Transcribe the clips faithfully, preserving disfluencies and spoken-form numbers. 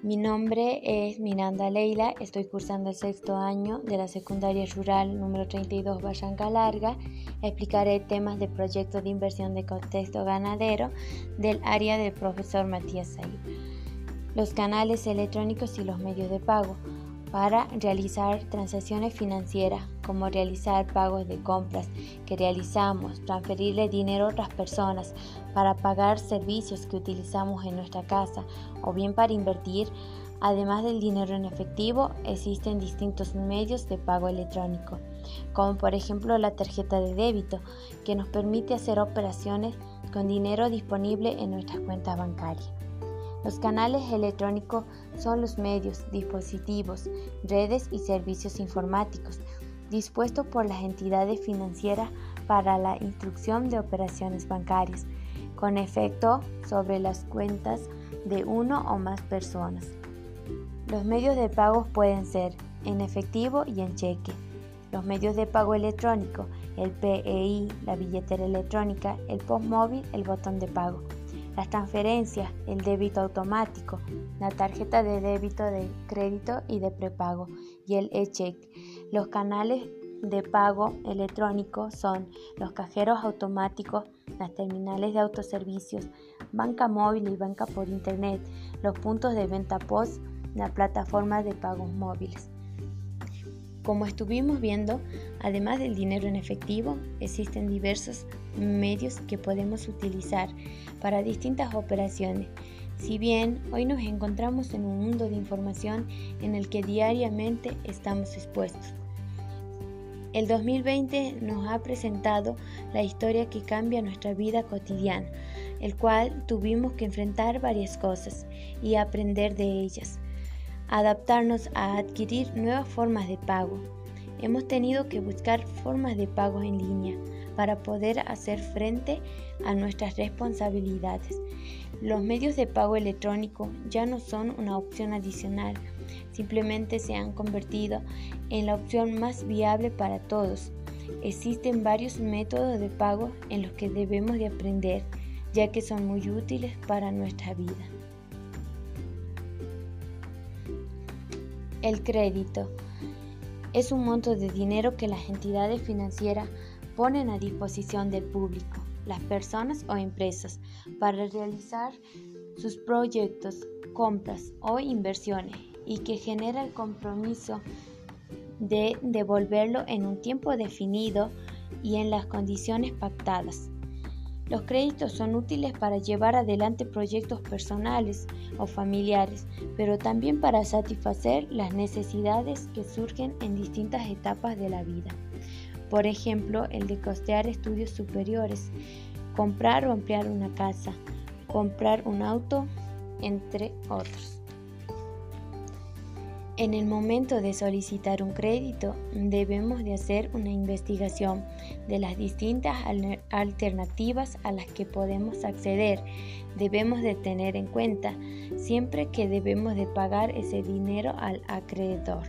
Mi nombre es Miranda Leila, estoy cursando el sexto año de la secundaria rural número treinta y dos Barranca Larga. Explicaré temas de proyectos de inversión de contexto ganadero del área del profesor Matías Said. Los canales electrónicos y los medios de pago para realizar transacciones financieras, como realizar pagos de compras que realizamos, transferirle dinero a otras personas, para pagar servicios que utilizamos en nuestra casa o bien para invertir. Además del dinero en efectivo, existen distintos medios de pago electrónico, como por ejemplo la tarjeta de débito, que nos permite hacer operaciones con dinero disponible en nuestras cuentas bancarias. Los canales electrónicos son los medios, dispositivos, redes y servicios informáticos dispuestos por las entidades financieras para la instrucción de operaciones bancarias, con efecto sobre las cuentas de uno o más personas. Los medios de pago pueden ser en efectivo y en cheque. Los medios de pago electrónico, el P E I, la billetera electrónica, el P O S móvil, el botón de pago. Las transferencias, el débito automático, la tarjeta de débito de crédito y de prepago y el e-cheque. Los canales de pago electrónico son los cajeros automáticos, las terminales de autoservicios, banca móvil y banca por internet, los puntos de venta P O S, las plataformas de pagos móviles. Como estuvimos viendo, además del dinero en efectivo, existen diversos medios que podemos utilizar para distintas operaciones. Si bien hoy nos encontramos en un mundo de información en el que diariamente estamos expuestos. El dos mil veinte nos ha presentado la historia que cambia nuestra vida cotidiana, el cual tuvimos que enfrentar varias cosas y aprender de ellas. Adaptarnos a adquirir nuevas formas de pago. Hemos tenido que buscar formas de pago en línea para poder hacer frente a nuestras responsabilidades. Los medios de pago electrónico ya no son una opción adicional, simplemente se han convertido en la opción más viable para todos. Existen varios métodos de pago en los que debemos de aprender, ya que son muy útiles para nuestra vida. El crédito es un monto de dinero que las entidades financieras ponen a disposición del público, las personas o empresas, para realizar sus proyectos, compras o inversiones, y que genera el compromiso de devolverlo en un tiempo definido y en las condiciones pactadas. Los créditos son útiles para llevar adelante proyectos personales o familiares, pero también para satisfacer las necesidades que surgen en distintas etapas de la vida. Por ejemplo, el de costear estudios superiores, comprar o ampliar una casa, comprar un auto, entre otros. En el momento de solicitar un crédito, debemos de hacer una investigación de las distintas alternativas a las que podemos acceder. Debemos de tener en cuenta siempre que debemos de pagar ese dinero al acreedor.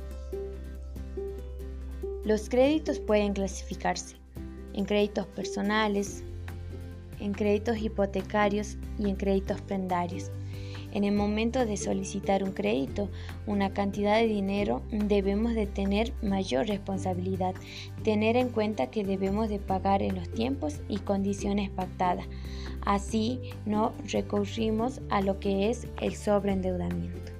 Los créditos pueden clasificarse en créditos personales, en créditos hipotecarios y en créditos prendarios. En el momento de solicitar un crédito, una cantidad de dinero, debemos de tener mayor responsabilidad, tener en cuenta que debemos de pagar en los tiempos y condiciones pactadas. Así no recurrimos a lo que es el sobreendeudamiento.